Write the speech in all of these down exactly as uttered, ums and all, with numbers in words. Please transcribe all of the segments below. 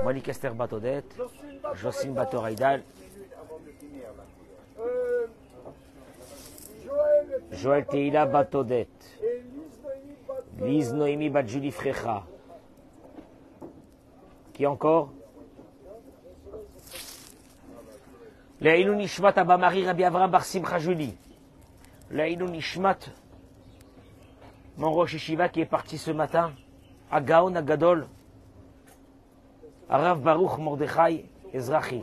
Monique Esther Batodet, Jocelyne Batoraïdal, Joël Teila Batodet, Lise Noémie Badjouli Frecha. Qui encore? Leïlou Nishmat Abamari Rabbi Avram Bar Simcha Juli. Leïlou Nishmat, mon Rosh Yeshiva qui est parti ce matin, à Gaon, à Gadol, à Rav Baruch Mordechai Ezrachi.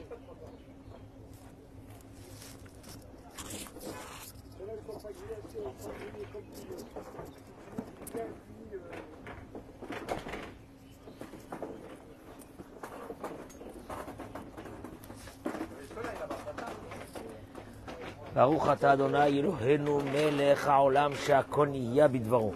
ברוך אתה אדוני אלוהינו מלך העולם שהכל נהיה בדברו.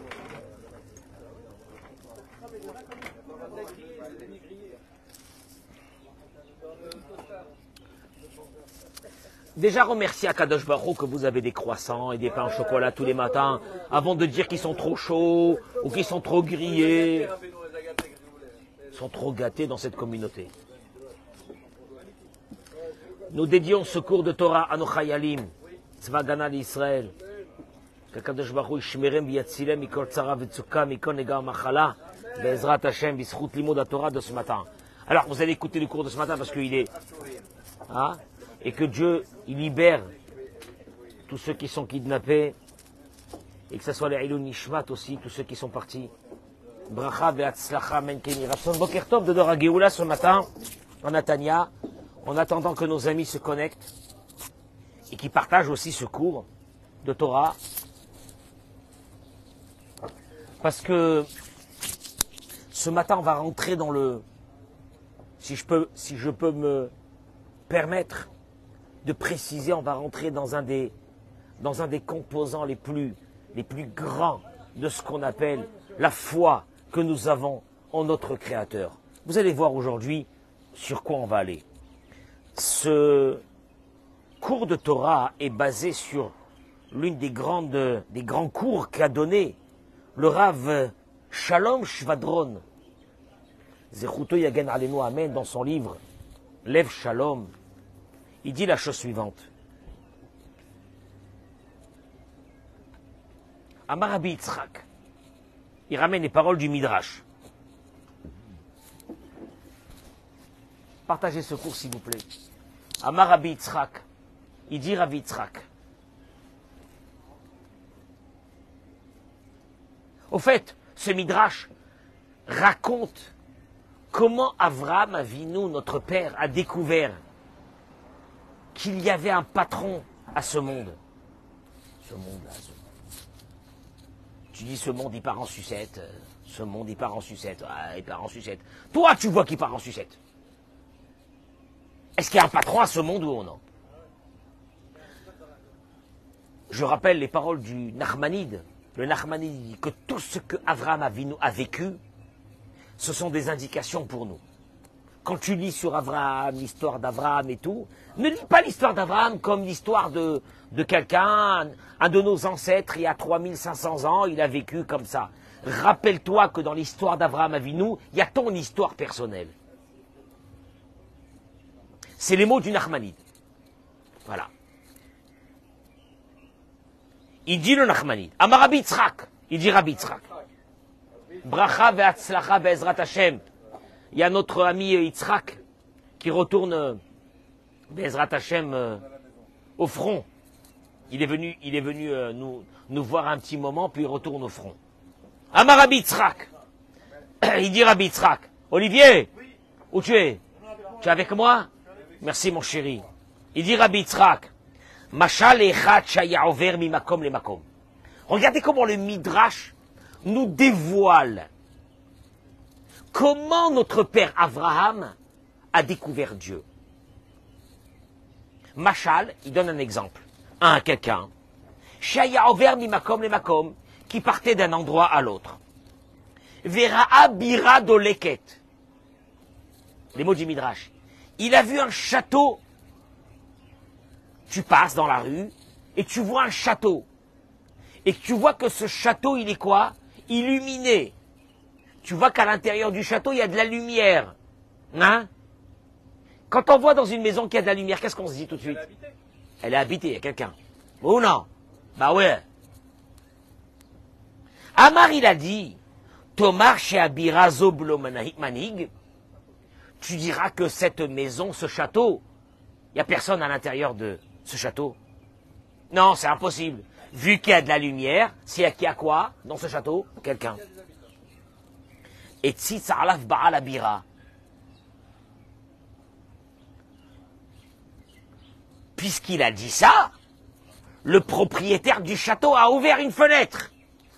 Déjà remerciez Akadosh Baruch Hu que vous avez des croissants et des pains au chocolat tous les matins avant de dire qu'ils sont trop chauds ou qu'ils sont trop grillés. Ils sont trop gâtés dans cette communauté. Nous dédions ce cours de Torah à nos chayalim, Tzva Gana d'Israël. Qu'Akadosh Baruch Hu yishmerem v'yatzilem mikol tzara v'tzuka mikol nega machala be'ezrat Hashem b'zchut limud HaTorah de ce matin. Alors vous allez écouter le cours de ce matin parce qu'il est... Hein, et que Dieu il libère tous ceux qui sont kidnappés et que ce soit les Eilou Nishmat aussi, tous ceux qui sont partis. Bracha ve'atzlacha men keni Ratson Boker Tov de Dora Geoula ce matin en Natania, en attendant que nos amis se connectent et qui partagent aussi ce cours de Torah. Parce que ce matin, on va rentrer dans le... Si je peux, si je peux me permettre de préciser, on va rentrer dans un des, dans un des composants les plus, les plus grands de ce qu'on appelle la foi que nous avons en notre Créateur. Vous allez voir aujourd'hui sur quoi on va aller. Ce cours de Torah est basé sur l'une des grandes, des grands cours qu'a donné le Rav Shalom Shvadron, Zechuto Yagen Alenu Amen, dans son livre Lev Shalom. Il dit la chose suivante. Amar Rabbi Yitzhak, il ramène les paroles du Midrash. Partagez ce cours s'il vous plaît. Amar Rabbi Yitzhak, il dit Rabbi Yitzhak. Au fait, ce Midrash raconte comment Avraham Avinu, notre père, a découvert qu'il y avait un patron à ce monde. Ce monde-là, ce monde. Tu dis ce monde, il part en sucette. Ce monde, il part en sucette. Ah, il part en sucette. Toi, tu vois qu'il part en sucette. Est-ce qu'il y a un patron à ce monde ou non? Je rappelle les paroles du Nachmanide. Le Nachmanide dit que tout ce que Avraham Avinu a vécu, ce sont des indications pour nous. Quand tu lis sur Avraham, l'histoire d'Avraham et tout, ne lis pas l'histoire d'Avraham comme l'histoire de, de quelqu'un, un de nos ancêtres, il y a trois mille cinq cents ans, il a vécu comme ça. Rappelle-toi que dans l'histoire d'Avraham Avinu, il y a ton histoire personnelle. C'est les mots du Nachmanide. Voilà. Il dit le Nachmanide. Amar Rabbi Yitzhak. Il dit Rabbi Yitzhak. Bracha ve'atzlacha be'ezrat Hashem. Il y a notre ami Yitzhak qui retourne be'ezrat Hashem euh, au front. Il est venu, il est venu euh, nous, nous voir un petit moment, puis il retourne au front. Amar Rabbi Yitzhak. Il dit Rabbi Yitzhak. Olivier, où tu es? Tu es avec moi? Merci mon chéri. Il dit Rabbi Yitzhak. Mashal echad shaya over mi makom le makom. Regardez comment le Midrash nous dévoile comment notre père Avraham a découvert Dieu. Mashal, il donne un exemple. Un quelqu'un. Shaya over mi makom le makom, qui partait d'un endroit à l'autre. Vera bira doleket. Les mots du Midrash. Il a vu un château. Tu passes dans la rue et tu vois un château. Et tu vois que ce château, il est quoi? Illuminé. Tu vois qu'à l'intérieur du château, il y a de la lumière. Hein? Quand on voit dans une maison qu'il y a de la lumière, qu'est-ce qu'on se dit tout de suite? Elle est habitée, il y a quelqu'un. Ou non? Bah ouais. Amar, il a dit, Tomar chez Abira Zoblo Manig, tu diras que cette maison, ce château, il n'y a personne à l'intérieur de ce château. Non, c'est impossible. Vu qu'il y a de la lumière, s'il y a, qu'il y a quoi dans ce château? Quelqu'un. Et Tzitz Alaf Baal Abira. Puisqu'il a dit ça, le propriétaire du château a ouvert une fenêtre.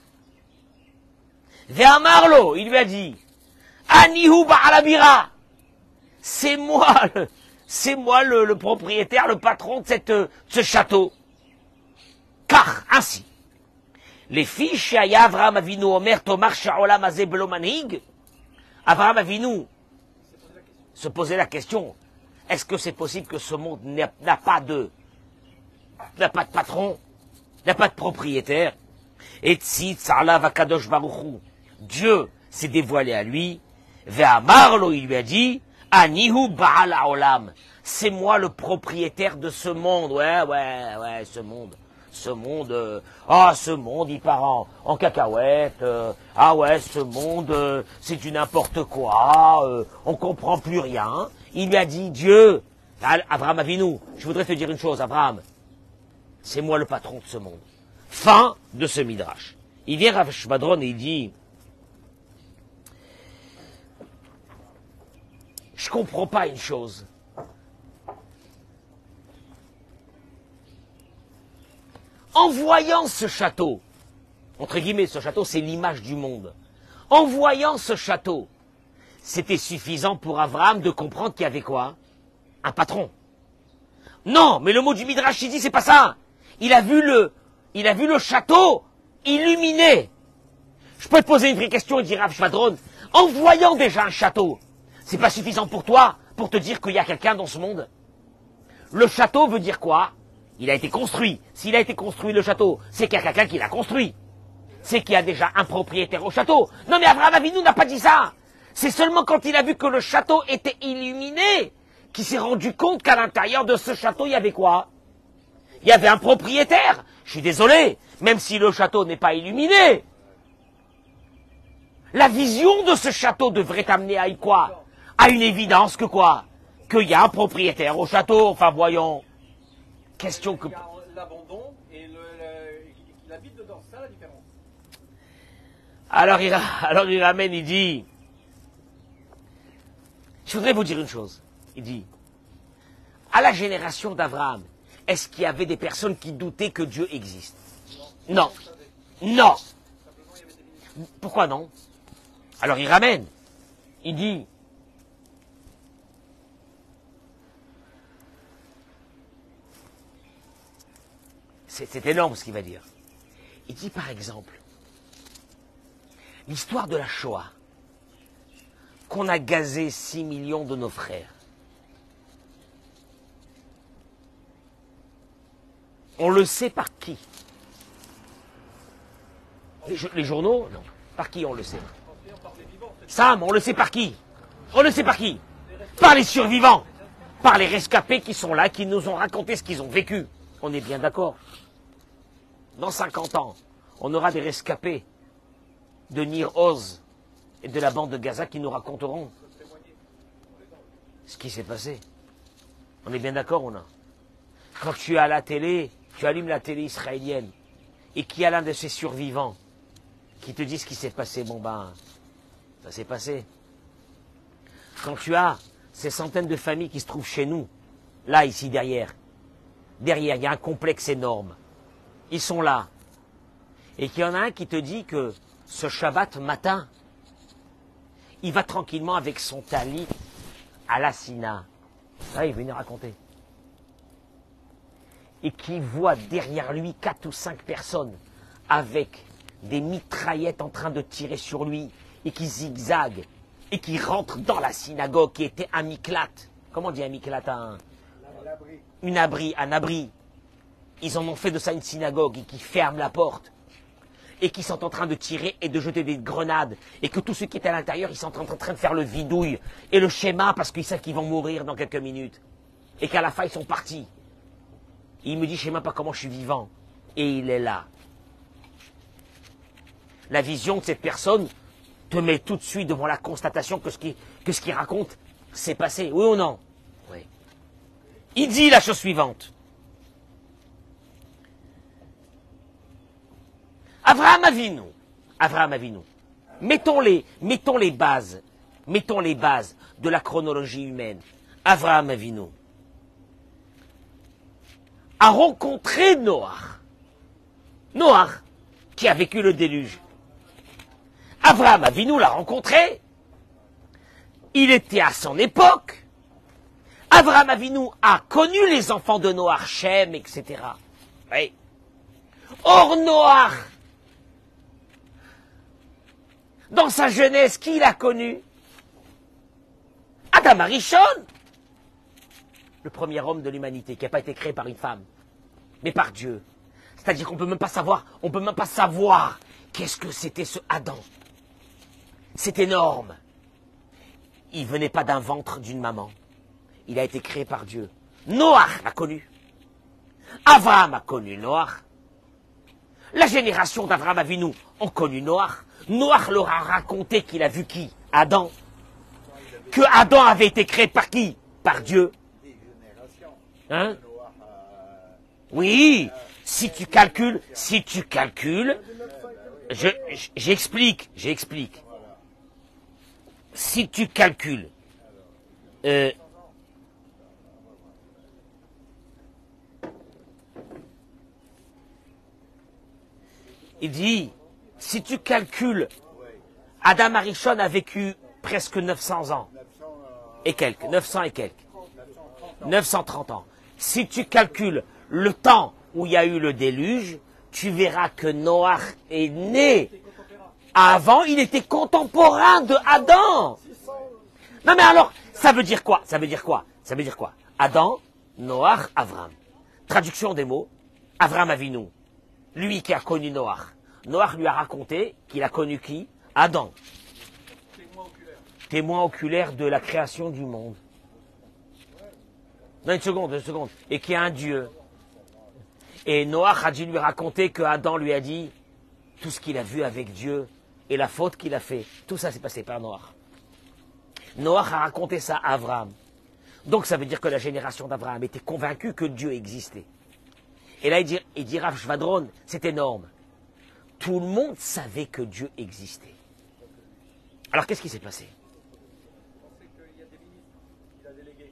Vers Marlo, il lui a dit, Anihu Ba'alabira, c'est moi, c'est moi le, le propriétaire, le patron de, cette, de ce château. Car, ainsi, les filles chez Avraham Avinu Omer Tomar Sha'olam Azeblo Manig, Avraham Avinu se posait la question, est-ce que c'est possible que ce monde n'a pas de, n'a pas de patron, n'a pas de propriétaire? Et Tzitz Tzalav Akadosh Baruchu, Dieu s'est dévoilé à lui, Ve'amarlo, il lui a dit, Anihu Baal Haolam, c'est moi le propriétaire de ce monde, ouais, ouais, ouais, ce monde, ce monde, euh, ah, ce monde, il part en, en cacahuète, euh, ah ouais, ce monde, euh, c'est du n'importe quoi, euh, on comprend plus rien. Il lui a dit, Dieu, Abraham Avinu, je voudrais te dire une chose, Abraham, c'est moi le patron de ce monde. Fin de ce midrash. Il vient Rav Shvadron et il dit, je comprends pas une chose. En voyant ce château, entre guillemets, ce château, c'est l'image du monde. En voyant ce château, c'était suffisant pour Abraham de comprendre qu'il y avait quoi? Un patron. Non, mais le mot du Midrash, il dit, c'est pas ça. Il a vu le, il a vu le château illuminé. Je peux te poser une vraie question et dire Rav Shvadron, en voyant déjà un château, c'est pas suffisant pour toi pour te dire qu'il y a quelqu'un dans ce monde? Le château veut dire quoi? Il a été construit. S'il a été construit, le château, c'est qu'il y a quelqu'un qui l'a construit. C'est qu'il y a déjà un propriétaire au château. Non mais Abraham Avinu n'a pas dit ça. C'est seulement quand il a vu que le château était illuminé qu'il s'est rendu compte qu'à l'intérieur de ce château, il y avait quoi? Il y avait un propriétaire. Je suis désolé, même si le château n'est pas illuminé. La vision de ce château devrait amener à quoi? À une évidence que quoi? Qu'il y a un propriétaire au château. Enfin, voyons. Question que... L'abandon et le, le, qu'il habite dedans, c'est ça la différence. Alors il, alors il ramène, il dit, je voudrais vous dire une chose, il dit, à la génération d'Abraham, est-ce qu'il y avait des personnes qui doutaient que Dieu existe? Non. Non. Pourquoi non? Alors il ramène, il dit, c'est énorme ce qu'il va dire. Il dit par exemple, l'histoire de la Shoah, qu'on a gazé six millions de nos frères. On le sait par qui? Les, les journaux? Non. Par qui on le sait? Sam, on le sait par qui? On le sait par qui? Par les survivants. Par les rescapés qui sont là, qui nous ont raconté ce qu'ils ont vécu. On est bien d'accord. Dans cinquante ans, on aura des rescapés de Nir Oz et de la bande de Gaza qui nous raconteront ce qui s'est passé. On est bien d'accord ou non? Quand tu es à la télé, tu allumes la télé israélienne et qu'il y a l'un de ces survivants qui te dit ce qui s'est passé, bon ben, ça s'est passé. Quand tu as ces centaines de familles qui se trouvent chez nous, là, ici, derrière, derrière, il y a un complexe énorme. Ils sont là. Et qu'il y en a un qui te dit que ce Shabbat matin, il va tranquillement avec son talit à la Sina. Ah, il venait raconter. Et qui voit derrière lui quatre ou cinq personnes avec des mitraillettes en train de tirer sur lui et qui zigzaguent et qui rentrent dans la synagogue qui était un miklat. Comment on dit un miklat? Un, une abri, un abri. Ils en ont fait de ça une synagogue et qui ferment la porte. et qui sont en train de tirer et de jeter des grenades, et que tous ceux qui étaient à l'intérieur, ils sont en train de faire le vidouille, et le schéma, parce qu'ils savent qu'ils vont mourir dans quelques minutes, et qu'à la fin, ils sont partis. Et il me dit, je ne sais même pas comment je suis vivant. Et il est là. La vision de cette personne te met tout de suite devant la constatation que ce qu'il que ce qu'il raconte s'est passé. Oui ou non? Oui. Il dit la chose suivante. Abraham Avinu, Abraham Avinu, mettons les, mettons les bases, mettons les bases de la chronologie humaine. Abraham Avinu a rencontré Noach. Noach, qui a vécu le déluge. Abraham Avinu l'a rencontré. Il était à son époque. Abraham Avinu a connu les enfants de Noach, Shem, et cetera. Oui. Or Noach, dans sa jeunesse, qui l'a connu? Adam Arishon, le premier homme de l'humanité, qui n'a pas été créé par une femme, mais par Dieu. C'est-à-dire qu'on peut même pas savoir, on peut même pas savoir qu'est-ce que c'était ce Adam. C'est énorme. Il venait pas d'un ventre d'une maman. Il a été créé par Dieu. Noach l'a connu. Abraham a connu Noach. La génération d'Abraham Avinu ont connu Noach. Noach leur a raconté qu'il a vu qui? Adam. Que Adam avait été créé par qui? Par Dieu. Hein? Oui. Si tu calcules, si tu calcules, je, j'explique, j'explique. Si tu calcules, euh, il dit, si tu calcules, Adam Arishon a vécu presque neuf cents ans. Et quelques, neuf cents et quelques. neuf cent trente ans. Si tu calcules le temps où il y a eu le déluge, tu verras que Noach est né. Avant, il était contemporain de Adam. Non mais alors, ça veut dire quoi? Ça veut dire quoi? Ça veut dire quoi? Adam, Noach, Avram. Traduction des mots. Avram Avinu. Lui qui a connu Noach. Noach lui a raconté qu'il a connu qui? Adam. Témoin oculaire. Témoin oculaire de la création du monde. Non, une seconde, une seconde. Et qu'il y a un Dieu. Et Noach a dû lui raconter que Adam lui a dit tout ce qu'il a vu avec Dieu et la faute qu'il a fait. Tout ça s'est passé par Noach. Noach a raconté ça à Abraham. Donc ça veut dire que la génération d'Abraham était convaincue que Dieu existait. Et là il dit, il dit Rav Shvadron, c'est énorme. Tout le monde savait que Dieu existait. Alors qu'est-ce qui s'est passé? On sait qu'il y a des ministres qu'il a délégués.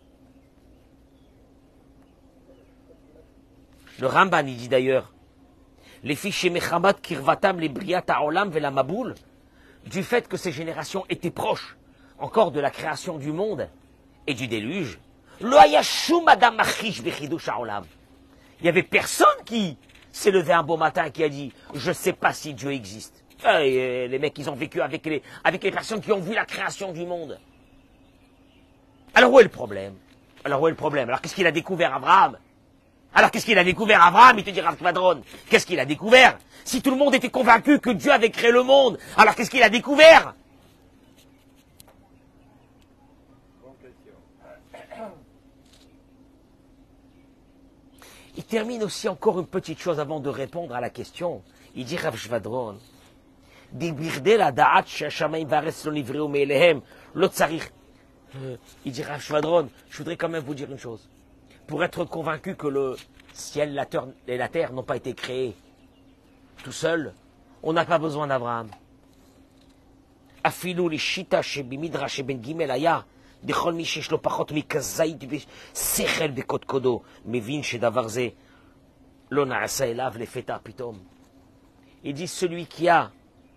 Le Ramban, il dit d'ailleurs, les fichiers Mechamat Kirvatam, les Briat Haolam ve la Maboul, du fait que ces générations étaient proches encore de la création du monde et du déluge, Lo haya shum adam machish bechidush haolam. Il y avait personne qui s'est levé un beau matin et qui a dit je ne sais pas si Dieu existe. Et les mecs, ils ont vécu avec les, avec les personnes qui ont vu la création du monde. Alors où est le problème? Alors où est le problème? Alors qu'est-ce qu'il a découvert Abraham? Alors qu'est-ce qu'il a découvert Abraham? Il te dira Quadron. Qu'est-ce qu'il a découvert? Si tout le monde était convaincu que Dieu avait créé le monde, alors qu'est-ce qu'il a découvert? Il termine aussi encore une petite chose avant de répondre à la question. Il dit Rav Shvadron, il dit Rav Shvadron, je voudrais quand même vous dire une chose. Pour être convaincu que le ciel la terre, et la terre n'ont pas été créés tout seuls, on n'a pas besoin d'Abraham. Afilou li shita shebimidrash ben gimel aya. Il dit celui qui a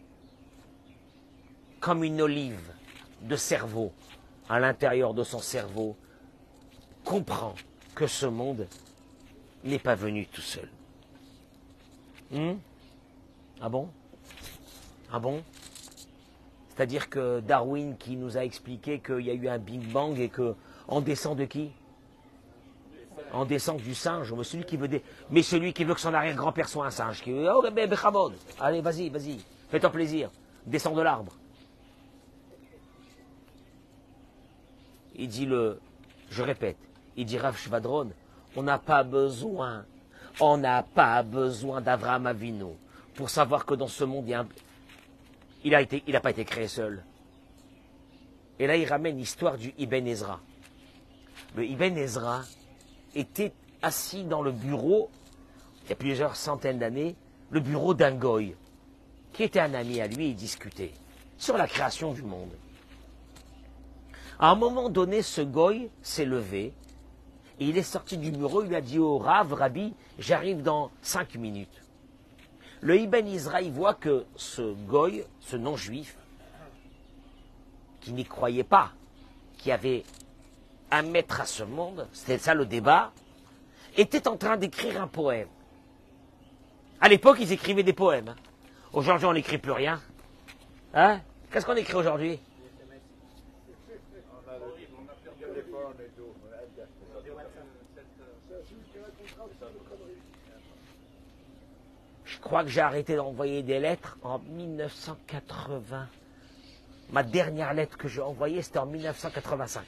comme une olive de cerveau à l'intérieur de son cerveau comprend que ce monde n'est pas venu tout seul. Hmm? Ah bon? Ah bon? C'est-à-dire que Darwin qui nous a expliqué qu'il y a eu un Big Bang et que on descend de qui? en descente du singe, mais celui qui veut, des... mais celui qui veut que son arrière-grand-père soit un singe, qui veut, oh, ben, bechamod, allez, vas-y, vas-y, fais-toi plaisir, descends de l'arbre. Il dit le, je répète, il dit Rav Shvadron, on n'a pas besoin, on n'a pas besoin d'Avraham Avinu pour savoir que dans ce monde, il y a un... il a été, il n'a pas été créé seul. Et là, il ramène l'histoire du Ibn Ezra. Le Ibn Ezra était assis dans le bureau, il y a plusieurs centaines d'années, le bureau d'un goy, qui était un ami à lui, et il discutait sur la création du monde. À un moment donné, ce goy s'est levé, et il est sorti du bureau, il lui a dit au Rav, Rabbi, j'arrive dans cinq minutes. Le Ibn Ezra, il voit que ce goy, ce non-juif, qui n'y croyait pas, qui avait un maître à ce monde, c'était ça le débat, était en train d'écrire un poème. À l'époque, ils écrivaient des poèmes. Aujourd'hui, on n'écrit plus rien. Hein? Qu'est-ce qu'on écrit aujourd'hui? Je crois que j'ai arrêté d'envoyer des lettres en mille neuf cent quatre-vingts. Ma dernière lettre que j'ai envoyée, c'était en mille neuf cent quatre-vingt-cinq.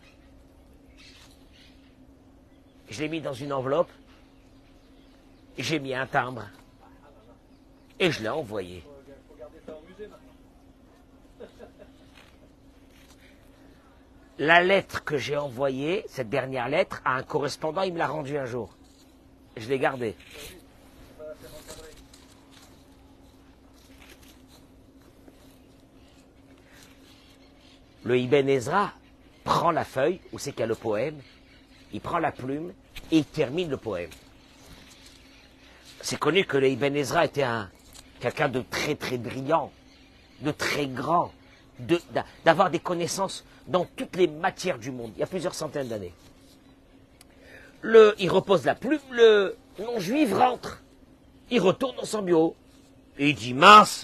Je l'ai mis dans une enveloppe, j'ai mis un timbre, et je l'ai envoyé. La lettre que j'ai envoyée, cette dernière lettre, à un correspondant, il me l'a rendue un jour. Je l'ai gardée. Le Ibn Ezra prend la feuille, où c'est qu'il y a le poème, il prend la plume et il termine le poème. C'est connu que le Ibn Ezra était un quelqu'un de très très brillant, de très grand, de, d'avoir des connaissances dans toutes les matières du monde, il y a plusieurs centaines d'années. Le, il repose la plume, le non-juif rentre, il retourne dans son bureau, et il dit, mince,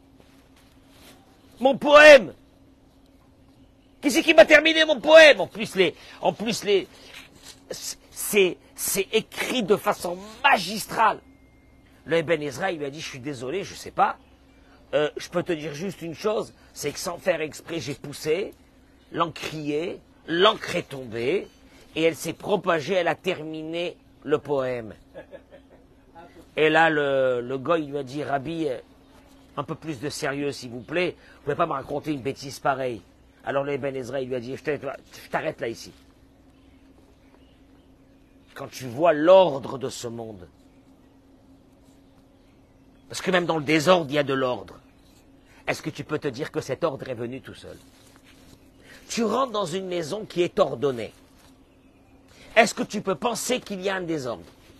mon poème! Qui c'est qui m'a terminé mon poème? En plus, les, en plus les, c'est, c'est écrit de façon magistrale. Le Ibn Ezra, il lui a dit, je suis désolé, je sais pas. Euh, je peux te dire juste une chose, c'est que sans faire exprès, j'ai poussé, l'encrier, l'encre est tombée, et elle s'est propagée, elle a terminé le poème. Et là, le, le gars, il lui a dit, Rabbi, un peu plus de sérieux, s'il vous plaît, vous pouvez pas me raconter une bêtise pareille. Alors le Ibn Ezra, il lui a dit, je t'arrête là ici. Quand tu vois l'ordre de ce monde, parce que même dans le désordre, il y a de l'ordre, est-ce que tu peux te dire que cet ordre est venu tout seul? Tu rentres dans une maison qui est ordonnée. Est-ce que tu peux penser qu'il y a un désordre?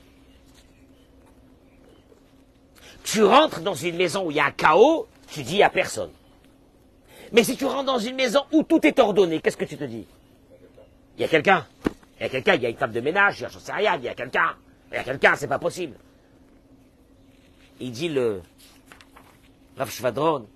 Tu rentres dans une maison où il y a un chaos, tu dis à personne. Mais si tu rentres dans une maison où tout est ordonné, qu'est-ce que tu te dis? Il y a quelqu'un. Il y a quelqu'un, il y a une table de ménage, j'en sais rien, il y a quelqu'un. Il y a quelqu'un, c'est pas possible. Il dit le Rav Shvadron,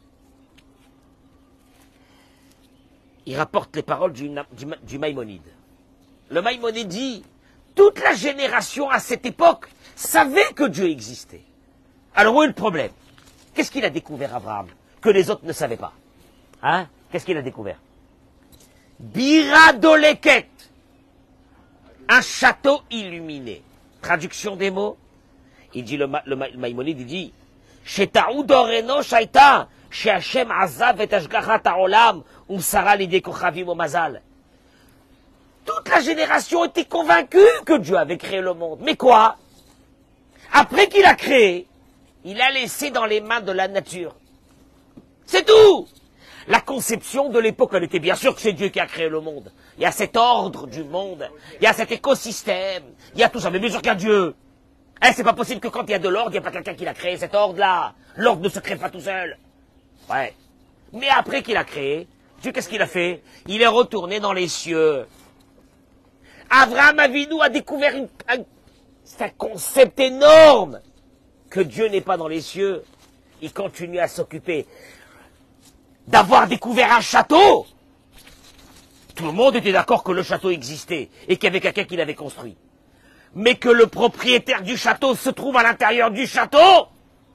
il rapporte les paroles du, du, du Maïmonide. Le Maïmonide dit, toute la génération à cette époque savait que Dieu existait. Alors où est le problème? Qu'est-ce qu'il a découvert Abraham que les autres ne savaient pas? Hein? Qu'est-ce qu'il a découvert? Biradoleket, un château illuminé. Traduction des mots. Il dit le, le, le Maïmonide, il dit Shetaou doreno shaita, she Hashem azav et ashgachat haolam, umsara l'idée kochavim au mazal. Toute la génération était convaincue que Dieu avait créé le monde. Mais quoi? Après qu'il a créé, il a laissé dans les mains de la nature. C'est tout! La conception de l'époque, elle était bien sûr que c'est Dieu qui a créé le monde. Il y a cet ordre du monde, il y a cet écosystème, il y a tout ça, mais bien sûr qu'il y a Dieu. Eh, c'est pas possible que quand il y a de l'ordre, il n'y a pas quelqu'un qui l'a créé, cet ordre-là. L'ordre ne se crée pas tout seul. Ouais. Mais après qu'il a créé, Dieu, qu'est-ce qu'il a fait? Il est retourné dans les cieux. Abraham Avinu a découvert une, un, c'est un concept énorme que Dieu n'est pas dans les cieux. Il continue à s'occuper d'avoir découvert un château. Tout le monde était d'accord que le château existait et qu'il y avait quelqu'un qui l'avait construit. mais que le propriétaire du château se trouve à l'intérieur du château,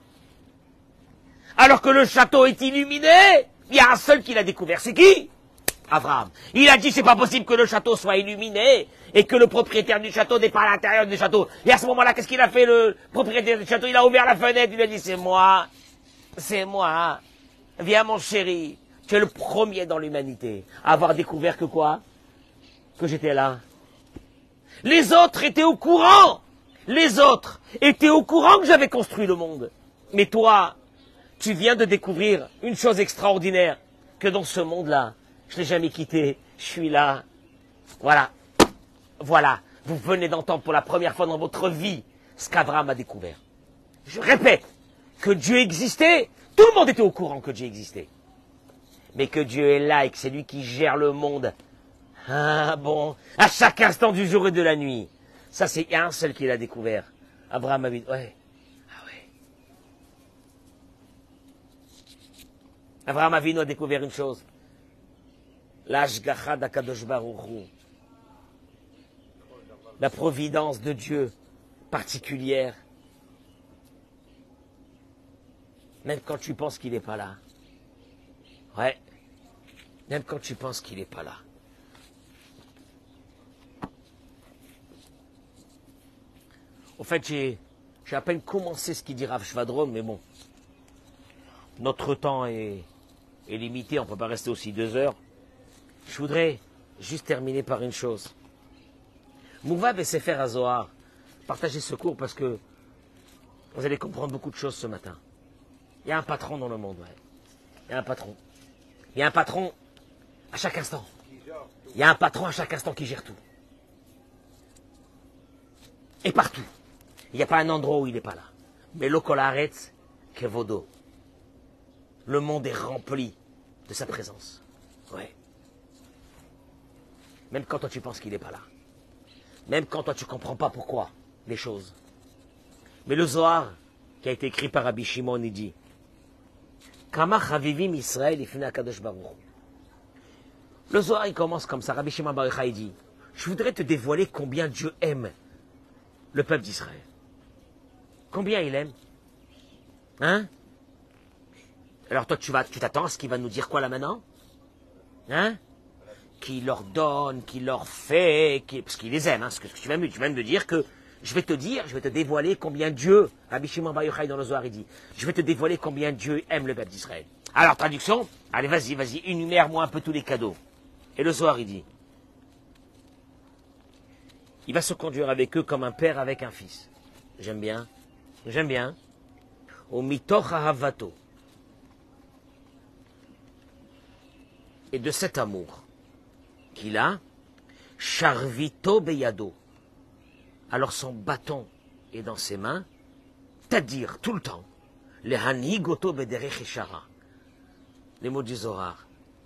alors que le château est illuminé, il y a un seul qui l'a découvert. C'est qui? Abraham. Il a dit c'est pas possible que le château soit illuminé et que le propriétaire du château n'est pas à l'intérieur du château. Et à ce moment-là, qu'est-ce qu'il a fait le propriétaire du château? Il a ouvert la fenêtre, il a dit c'est moi, c'est moi. Viens mon chéri, tu es le premier dans l'humanité à avoir découvert que quoi? Que j'étais là. Les autres étaient au courant. Les autres étaient au courant que j'avais construit le monde. Mais toi, tu viens de découvrir une chose extraordinaire, que dans ce monde-là, je ne l'ai jamais quitté, je suis là. Voilà. Voilà. Vous venez d'entendre pour la première fois dans votre vie ce qu'Abraham a découvert. Je répète, que Dieu existait, tout le monde était au courant que Dieu existait. Mais que Dieu est là et que c'est lui qui gère le monde. Ah bon, à chaque instant du jour et de la nuit. Ça, c'est un seul qui l'a découvert. Abraham a dit, ouais. Ah ouais. Abraham Avinu a découvert une chose. L'ashgacha d'Akadosh Baruch Hu. La providence de Dieu particulière. Même quand tu penses qu'il n'est pas là. Ouais. Même quand tu penses qu'il n'est pas là. Au fait, j'ai, j'ai à peine commencé ce qu'il dit Rav Shvadron, mais bon. Notre temps est, est limité, on ne peut pas rester aussi deux heures. Je voudrais juste terminer par une chose. Mouvav et Sefer HaZohar, partagez ce cours parce que vous allez comprendre beaucoup de choses ce matin. Il y a un patron dans le monde, ouais. Il y a un patron. Il y a un patron à chaque instant. Il y a un patron à chaque instant qui gère tout. Et partout. Il n'y a pas un endroit où il n'est pas là. Mais l'okolaretz kevodo. Le monde est rempli de sa présence. Ouais. Même quand toi tu penses qu'il n'est pas là. Même quand toi tu ne comprends pas pourquoi les choses. Mais le Zohar, qui a été écrit par Rabbi Shimon, il dit Kama chavivim Israël ifnei Akadosh Baruch Hu. Le Zohar, il commence comme ça. Rabbi Shimon Bar Yochai, il dit je voudrais te dévoiler combien Dieu aime le peuple d'Israël. Combien il aime? Hein? Alors toi, tu vas, tu t'attends à ce qu'il va nous dire quoi là maintenant? Hein? Qu'il leur donne, qu'il leur fait, qu'il, parce qu'il les aime. Hein, ce que, ce que tu viens, tu viens de dire que je vais te dire, je vais te dévoiler combien Dieu, Rabbi Shimon Bar Yochai dans le Zohar, il dit, je vais te dévoiler combien Dieu aime le peuple d'Israël. Alors traduction, allez vas-y, vas-y, énumère-moi un peu tous les cadeaux. Et le Zohar, il dit, il va se conduire avec eux comme un père avec un fils. J'aime bien. J'aime bien. Au mitoch ahavato. Et de cet amour qu'il a, charvito beyado. Alors son bâton est dans ses mains, c'est-à-dire tout le temps, le hanigoto bederech eshara. Les mots du Zohar.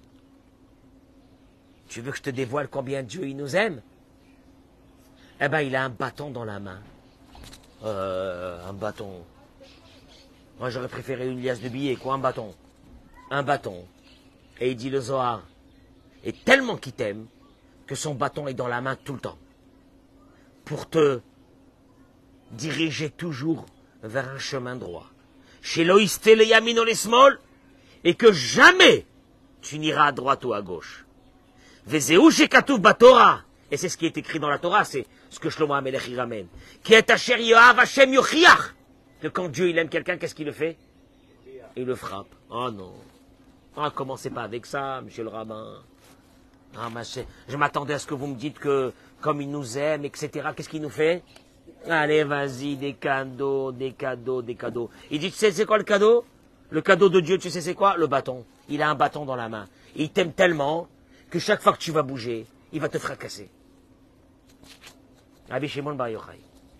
Tu veux que je te dévoile combien Dieu il nous aime? Eh bien, il a un bâton dans la main. Euh, un bâton. Moi, j'aurais préféré une liasse de billets, quoi, un bâton. Un bâton. Et il dit le Zohar. Et tellement qu'il t'aime, que son bâton est dans la main tout le temps. Pour te diriger toujours vers un chemin droit. Chez Loïsté le Yamino les Small, et que jamais tu n'iras à droite ou à gauche. Vezeu shekatuv batorah. Et c'est ce qui est écrit dans la Torah, c'est ce que Shlomo HaMelech y ramène. Qui est Asher Yoav Hashem Yochiach. Que quand Dieu il aime quelqu'un, qu'est-ce qu'il le fait? Il le frappe. Oh non. Ah, commencez pas avec ça, monsieur le rabbin. Ah, ma chère, je m'attendais à ce que vous me dites que, comme il nous aime, et cetera, qu'est-ce qu'il nous fait? Allez, vas-y, des cadeaux, des cadeaux, des cadeaux. Il dit, tu sais, c'est quoi le cadeau? Le cadeau de Dieu, tu sais, c'est quoi? Le bâton. Il a un bâton dans la main. Et il t'aime tellement que chaque fois que tu vas bouger, il va te fracasser. Rabbi Shimon Bar Yochai.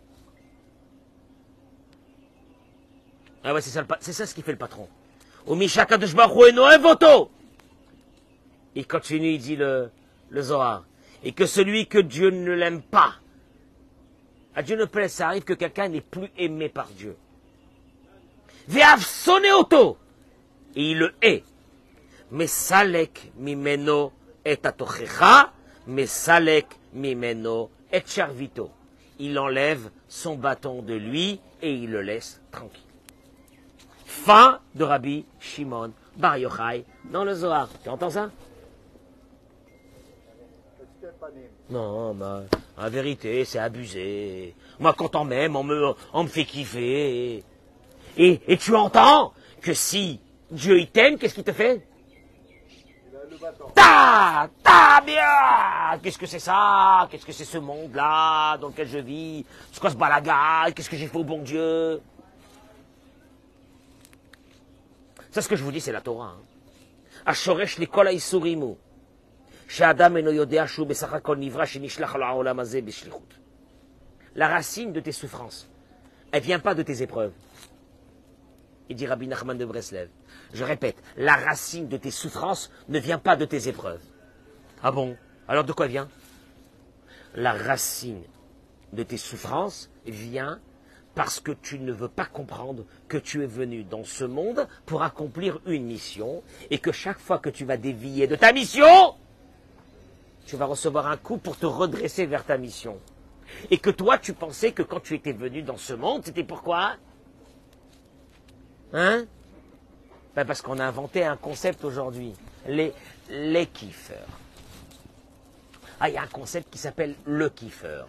Ah ouais, c'est ça, le, c'est ça ce qui fait le patron. Au Misha Kadosh Baruch Hu eno ohev oto. Il continue, il dit le, le Zohar. Et que celui que Dieu ne l'aime pas, à Dieu ne plaît, ça arrive que quelqu'un n'est plus aimé par Dieu. Ve'av sonne oto. Et il le hait. Mesalek mimeno et atochecha, mesalek mimeno et charvito. il enlève son bâton de lui et il le laisse tranquille. Fin de Rabbi Shimon Bar Yochai dans le Zohar. Tu entends ça? Non, bah, en vérité, c'est abusé. Moi, quand on m'aime, on me, on me fait kiffer. Et, et tu entends que si Dieu il t'aime, qu'est-ce qu'il te fait? Ta, ta, bien. Qu'est-ce que c'est ça? Qu'est-ce que c'est ce monde-là dans lequel je vis? C'est quoi ce balaga? Qu'est-ce que j'ai fait au bon Dieu? Ça, ce que je vous dis, c'est la Torah. Ashoresh l'école Aïsourimu. La racine de tes souffrances, elle ne vient pas de tes épreuves. Il dit Rabbi Nachman de Breslev. Je répète, la racine de tes souffrances ne vient pas de tes épreuves. Ah bon? Alors de quoi vient? La racine de tes souffrances vient parce que tu ne veux pas comprendre que tu es venu dans ce monde pour accomplir une mission et que chaque fois que tu vas dévier de ta mission, tu vas recevoir un coup pour te redresser vers ta mission. Et que toi, tu pensais que quand tu étais venu dans ce monde, c'était pourquoi? Hein? Ben parce qu'on a inventé un concept aujourd'hui. Les, les kiffeurs. Ah, il y a un concept qui s'appelle le kiffeur.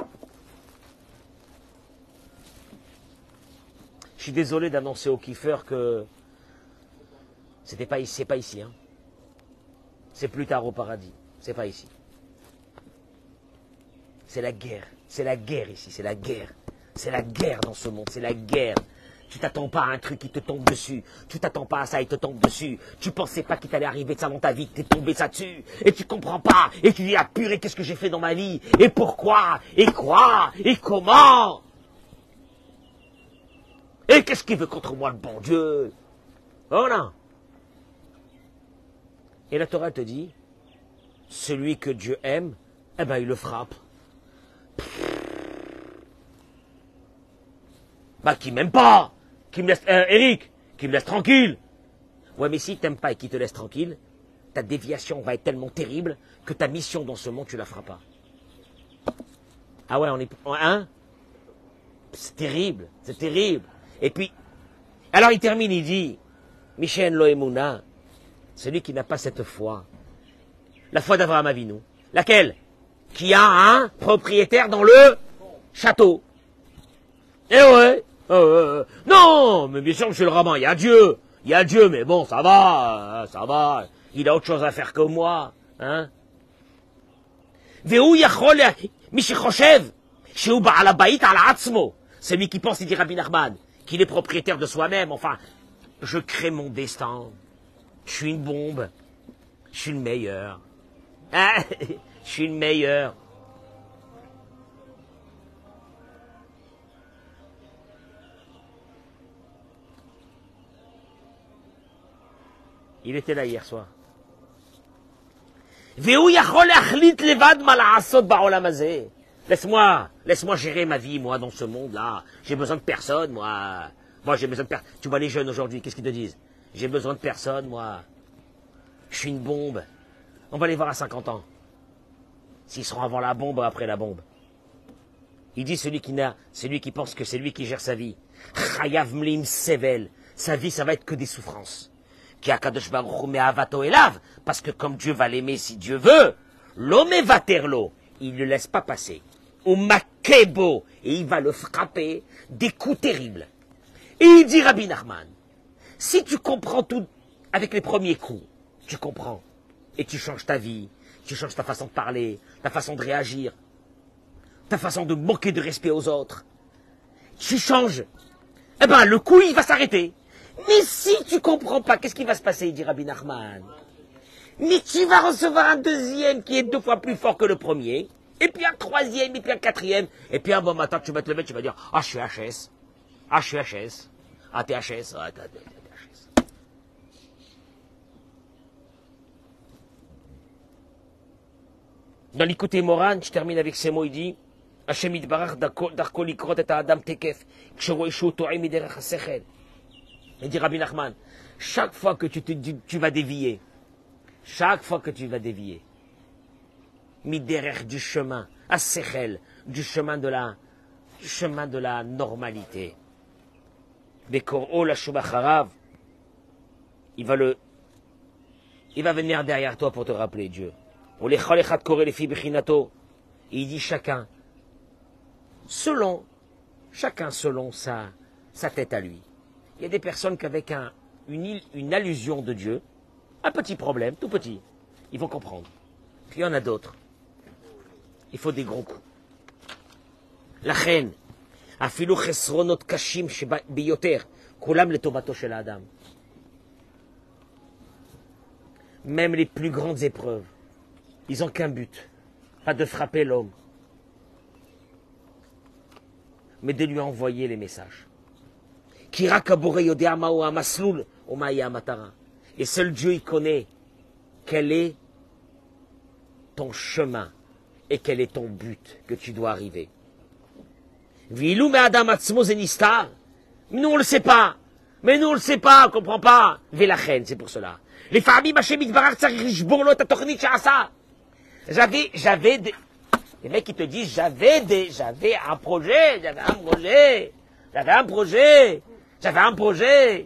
Je suis désolé d'annoncer aux kiffeurs que c'était pas ici, c'est pas ici. Hein. C'est plus tard au paradis. C'est pas ici. C'est la guerre. C'est la guerre ici. C'est la guerre. C'est la guerre dans ce monde. C'est la guerre. Tu t'attends pas à un truc qui te tombe dessus. Tu t'attends pas à ça, il te tombe dessus. Tu pensais pas qu'il t'allait arriver de ça dans ta vie, t'es tombé ça dessus. Et tu comprends pas. Et tu dis, ah purée, qu'est-ce que j'ai fait dans ma vie? Et pourquoi? Et quoi? Et comment? Et qu'est-ce qu'il veut contre moi, le bon Dieu? Voilà. Et la Torah te dit, celui que Dieu aime, eh ben il le frappe. Bah qui m'aime pas, qui me laisse, euh, Eric, qui me laisse tranquille. Ouais, mais si t'aimes pas et qu'il te laisse tranquille, ta déviation va être tellement terrible que ta mission dans ce monde, tu la feras pas. Ah ouais, on est, hein? C'est terrible, c'est terrible. Et puis, alors il termine, il dit, Michel Loemuna, celui qui n'a pas cette foi, la foi d'Avraham Avinu, laquelle? Qui a un propriétaire dans le château. Eh ouais, euh, non, mais bien sûr, monsieur le rabbin, il y a Dieu, il y a Dieu, mais bon, ça va, ça va, il a autre chose à faire que moi, hein. Celui qui pense, il dit Rabbi Nachman, qu'il est propriétaire de soi-même, enfin, je crée mon destin, je suis une bombe, je suis le meilleur, hein, je suis le meilleur. Il était là hier soir. Laisse-moi, laisse-moi gérer ma vie, moi, dans ce monde-là. J'ai besoin de personne, moi. Moi, j'ai besoin de personne. Tu vois les jeunes aujourd'hui, qu'est-ce qu'ils te disent? J'ai besoin de personne, moi. Je suis une bombe. On va les voir à cinquante ans. S'ils seront avant la bombe ou après la bombe. Il dit celui qui n'a, celui qui pense que c'est lui qui gère sa vie. Chayav mlim sevel. Sa vie, ça va être que des souffrances. Parce que comme Dieu va l'aimer si Dieu veut, l'homme va terlo, il ne le laisse pas passer. Ou makebo, et il va le frapper des coups terribles. Et il dit Rabbi Nachman, si tu comprends tout avec les premiers coups, tu comprends, et tu changes ta vie, tu changes ta façon de parler, ta façon de réagir, ta façon de manquer de respect aux autres, tu changes, eh ben le coup il va s'arrêter. Mais si tu comprends pas, qu'est-ce qui va se passer, dit Rabbi Nachman? Mais tu vas recevoir un deuxième qui est deux fois plus fort que le premier, et puis un troisième, et puis un quatrième, et puis un bon matin, tu vas te lever, tu vas dire, ah, je suis H S. Ah, je suis H S. Ah, t'es H S. Ah, t'es H S. Dans l'écouté Moran, je termine avec ces mots, il dit, Hashem itbarach darko likrot et adam tekef, kshero ishu to'im miderech hasechel. Il dit Rabbi Nachman, chaque fois que tu, te, tu, tu vas dévier, chaque fois que tu vas dévier, miderer du chemin, asechel, du chemin de la, du chemin de la normalité. Bekoro la shubacharav, il va le, il va venir derrière toi pour te rappeler Dieu. Il dit chacun, selon, chacun selon sa, sa tête à lui. Il y a des personnes qu'avec un, une, une allusion de Dieu, un petit problème, tout petit, ils vont comprendre. Puis il y en a d'autres. Il faut des gros coups. La reine, afilu chesronot kashim biyoter, kulam letovato shel adam. Même les plus grandes épreuves, ils n'ont qu'un but, pas de frapper l'homme, mais de lui envoyer les messages. Et seul Dieu il connaît quel est ton chemin et quel est ton but que tu dois arriver. Mais nous on ne le sait pas. Mais nous on ne le sait pas, on ne comprend pas. C'est pour cela. Les familles, j'avais, j'avais des, les mecs qui te disent, j'avais des, j'avais un projet, j'avais un projet, j'avais un projet, j'avais un projet.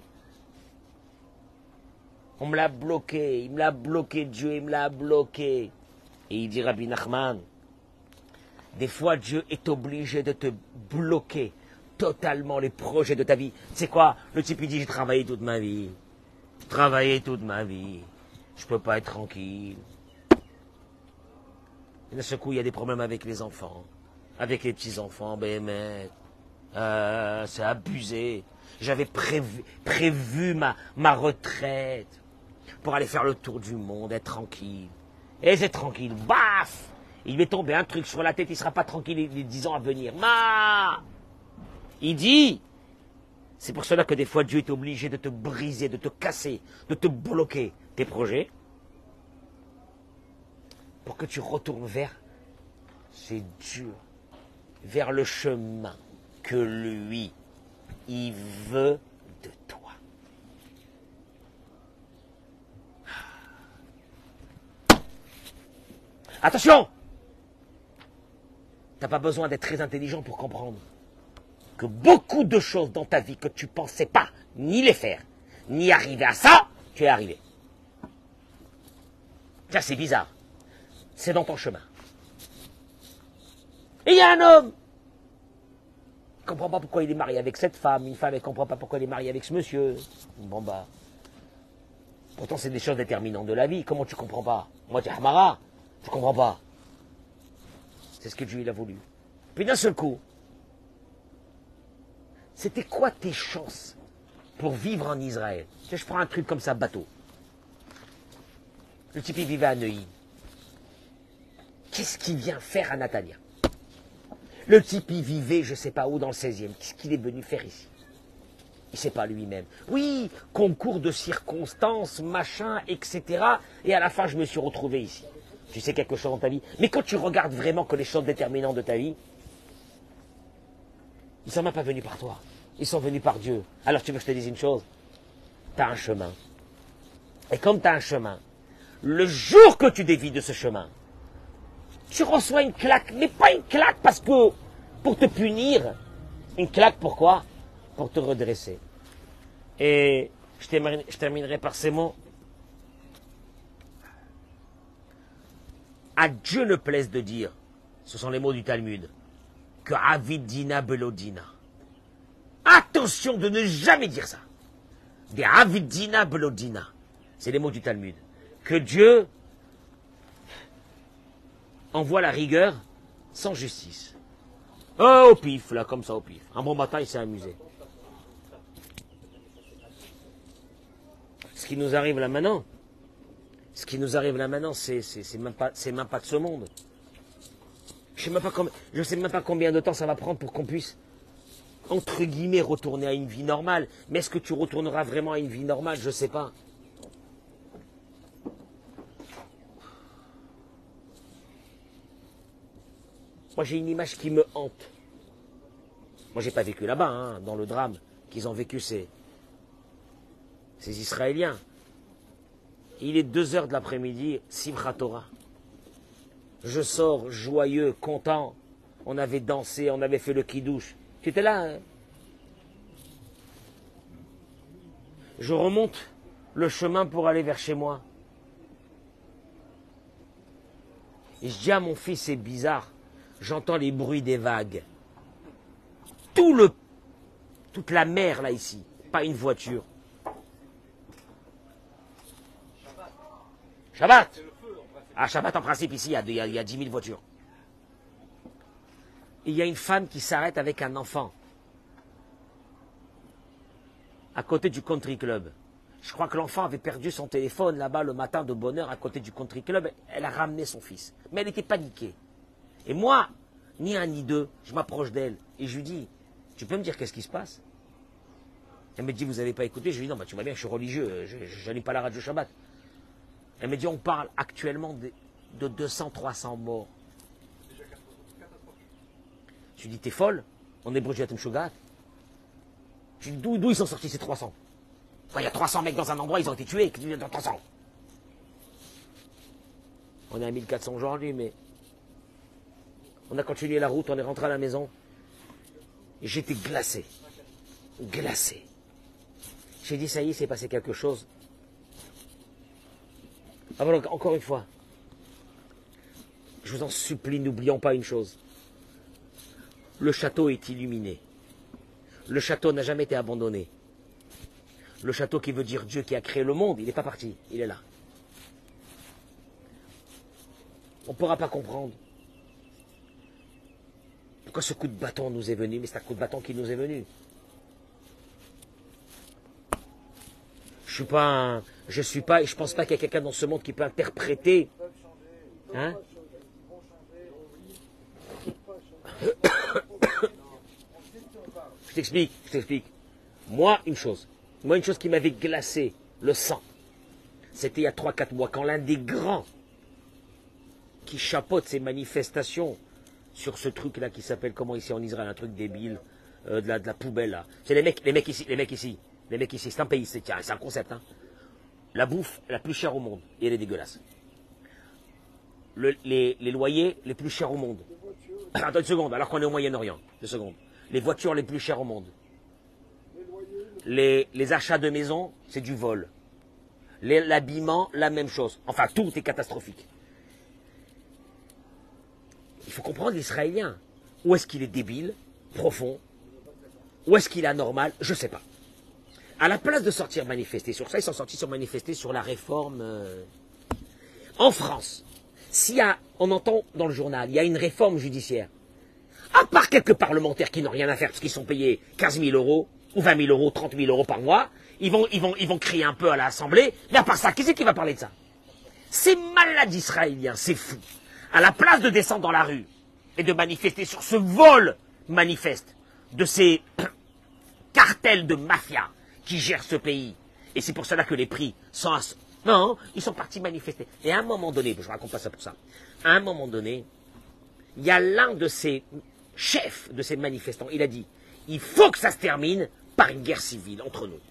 On me l'a bloqué, il me l'a bloqué, Dieu, il me l'a bloqué. Et il dit, Rabbi Nachman, des fois Dieu est obligé de te bloquer totalement les projets de ta vie. C'est quoi? Le type il dit, j'ai travaillé toute ma vie. Travaillé toute ma vie, je ne peux pas être tranquille. Et d'un seul coup, il y a des problèmes avec les enfants, avec les petits-enfants, ben, mais, euh, c'est abusé. J'avais prévu, prévu ma, ma retraite pour aller faire le tour du monde, être tranquille. Et c'est tranquille, baf! Il lui est tombé un truc sur la tête, il ne sera pas tranquille les, les dix ans à venir. Ma! Il dit, c'est pour cela que des fois Dieu est obligé de te briser, de te casser, de te bloquer tes projets, pour que tu retournes vers, c'est dur, vers le chemin que lui, il veut de toi. Attention! Tu n'as pas besoin d'être très intelligent pour comprendre que beaucoup de choses dans ta vie que tu ne pensais pas ni les faire, ni arriver à ça, tu es arrivé. Ça, c'est bizarre. C'est dans ton chemin. Et il y a un homme. Il ne comprend pas pourquoi il est marié avec cette femme. Une femme, elle ne comprend pas pourquoi il est marié avec ce monsieur. Bon, bah. Pourtant, c'est des choses déterminantes de la vie. Comment tu ne comprends pas? Moi, tu es Hamara. Tu ne comprends pas. C'est ce que Dieu il a voulu. Puis d'un seul coup, c'était quoi tes chances pour vivre en Israël? Je prends un truc comme ça, bateau. Le type, il vivait à Neuilly. Qu'est-ce qu'il vient faire à Natania? Le type, il vivait, je ne sais pas où, dans le seizième. Qu'est-ce qu'il est venu faire ici? Il ne sait pas lui-même. Oui, concours de circonstances, machin, et cetera. Et à la fin, je me suis retrouvé ici. Tu sais quelque chose dans ta vie. Mais quand tu regardes vraiment que les choses déterminantes de ta vie, ils ne sont même pas venus par toi. Ils sont venus par Dieu. Alors tu veux que je te dise une chose? Tu as un chemin. Et comme tu as un chemin, le jour que tu dévies de ce chemin, tu reçois une claque. Mais pas une claque parce que pour te punir. Une claque pourquoi? Pour te redresser. Et je terminerai, je terminerai par ces mots. À Dieu ne plaise de dire, ce sont les mots du Talmud, que Avidina Belodina. Attention de ne jamais dire ça. Des Avidina Belodina. C'est les mots du Talmud. Que Dieu envoie la rigueur sans justice. Oh, au pif, là, comme ça, au pif. Un bon matin, il s'est amusé. Ce qui nous arrive là maintenant, ce qui nous arrive là maintenant, c'est même, même pas de ce monde. Je ne sais, je sais même pas combien de temps ça va prendre pour qu'on puisse, entre guillemets, retourner à une vie normale. Mais est-ce que tu retourneras vraiment à une vie normale? Je ne sais pas. Moi, j'ai une image qui me hante. Moi, j'ai pas vécu là-bas, hein, dans le drame qu'ils ont vécu ces, ces Israéliens. Il est deux heures de l'après-midi, Simchat Torah. Je sors joyeux, content. On avait dansé, on avait fait le kidouche. Tu étais là, hein? Je remonte le chemin pour aller vers chez moi. Et je dis à mon fils, c'est bizarre. J'entends les bruits des vagues. Tout le, toute la mer, là, ici. Pas une voiture. Shabbat. Ah, Shabbat, en principe, ici, il y a, il y a, il y a dix mille voitures. Et il y a une femme qui s'arrête avec un enfant. À côté du country club. Je crois que l'enfant avait perdu son téléphone là-bas le matin de bonne heure à côté du country club. Elle a ramené son fils. Mais elle était paniquée. Et moi, ni un ni deux, je m'approche d'elle et je lui dis, tu peux me dire qu'est-ce qui se passe? Elle me dit, vous n'avez pas écouté? Je lui dis, non, bah, tu vois bien, je suis religieux, je n'allume pas la radio Shabbat. Elle me dit, on parle actuellement de, de deux cents, trois cents morts. Je lui dis, t'es folle? On est Brujat Mshugat. Je lui dis, d'où ils sont sortis ces trois cents? Il y a trois cents mecs dans un endroit, ils ont été tués. trois cents. On est à mille quatre cents aujourd'hui, mais on a continué la route, on est rentré à la maison. Et j'étais glacé. Glacé. J'ai dit, ça y est, c'est passé quelque chose. Alors, encore une fois, je vous en supplie, n'oublions pas une chose. Le château est illuminé. Le château n'a jamais été abandonné. Le château qui veut dire Dieu qui a créé le monde, il n'est pas parti, il est là. On ne pourra pas comprendre pourquoi ce coup de bâton nous est venu, mais c'est un coup de bâton qui nous est venu. Je suis pas un, je suis pas, et je pense pas qu'il y a quelqu'un dans ce monde qui peut interpréter. Hein? Je t'explique, je t'explique. Moi, une chose. Moi, une chose qui m'avait glacé le sang, c'était il y a trois quatre mois, quand l'un des grands qui chapeaute ces manifestations sur ce truc-là qui s'appelle, comment ici en Israël, un truc débile, euh, de, la, de la poubelle, là. C'est les mecs, les mecs ici, les mecs ici, les mecs ici, c'est un pays, c'est un concept, hein. La bouffe la plus chère au monde, et elle est dégueulasse. Le, les, les loyers les plus chers au monde. Attends une seconde, alors qu'on est au Moyen-Orient, deux secondes. Les voitures les plus chères au monde. Les, les achats de maisons, c'est du vol. L'habillement, la même chose. Enfin, tout est catastrophique. Il faut comprendre l'Israélien. Où est-ce qu'il est débile, profond? Où est-ce qu'il est anormal? Je ne sais pas. À la place de sortir manifester sur ça, ils sont sortis sur manifester sur la réforme. Euh... En France, s'il y a, on entend dans le journal, il y a une réforme judiciaire. À part quelques parlementaires qui n'ont rien à faire parce qu'ils sont payés quinze mille euros, ou vingt mille euros, trente mille euros par mois, ils vont, ils vont, ils vont crier un peu à l'Assemblée, mais à part ça, qui c'est qui va parler de ça? C'est malade israélien, c'est fou. À la place de descendre dans la rue et de manifester sur ce vol manifeste de ces cartels de mafia qui gèrent ce pays, et c'est pour cela que les prix sont... À... Non, ils sont partis manifester. Et à un moment donné, je ne raconte pas ça pour ça, à un moment donné, il y a l'un de ces chefs de ces manifestants, il a dit, il faut que ça se termine par une guerre civile entre nous.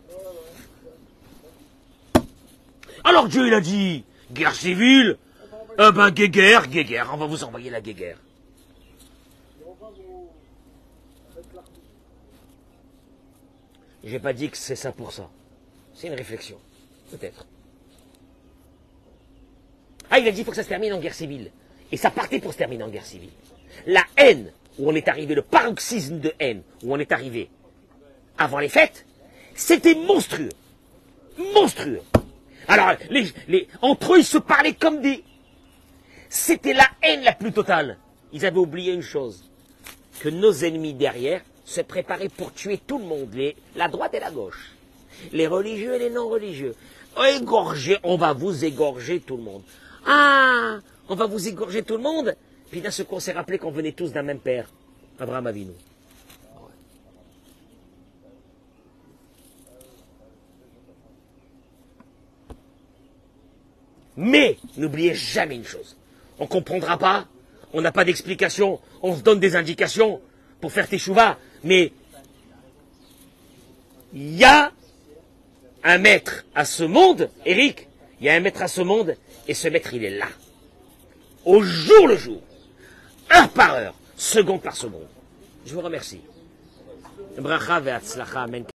Alors Dieu, il a dit, guerre civile, eh ben guéguerre, guéguerre, on va vous envoyer la guéguerre. J'ai pas dit que c'est ça pour ça. C'est une réflexion, peut-être. Ah, il a dit, il faut que ça se termine en guerre civile. Et ça partait pour se terminer en guerre civile. La haine, où on est arrivé, le paroxysme de haine, où on est arrivé avant les fêtes, c'était monstrueux. Monstrueux. Alors, les, les, entre eux, ils se parlaient comme des... C'était la haine la plus totale. Ils avaient oublié une chose, que nos ennemis derrière se préparaient pour tuer tout le monde, les, la droite et la gauche, les religieux et les non-religieux. Égorger, on va vous égorger tout le monde. Ah, on va vous égorger tout le monde. Puis d'un seul coup, on s'est rappelé qu'on venait tous d'un même père, Abraham Avinu. Mais, n'oubliez jamais une chose. On ne comprendra pas, on n'a pas d'explication, on se donne des indications pour faire teshuva, mais il y a un maître à ce monde, Eric, il y a un maître à ce monde, et ce maître, il est là. au jour le jour, heure par heure, seconde par seconde. Je vous remercie. Bracha ve'atzlacha, amen.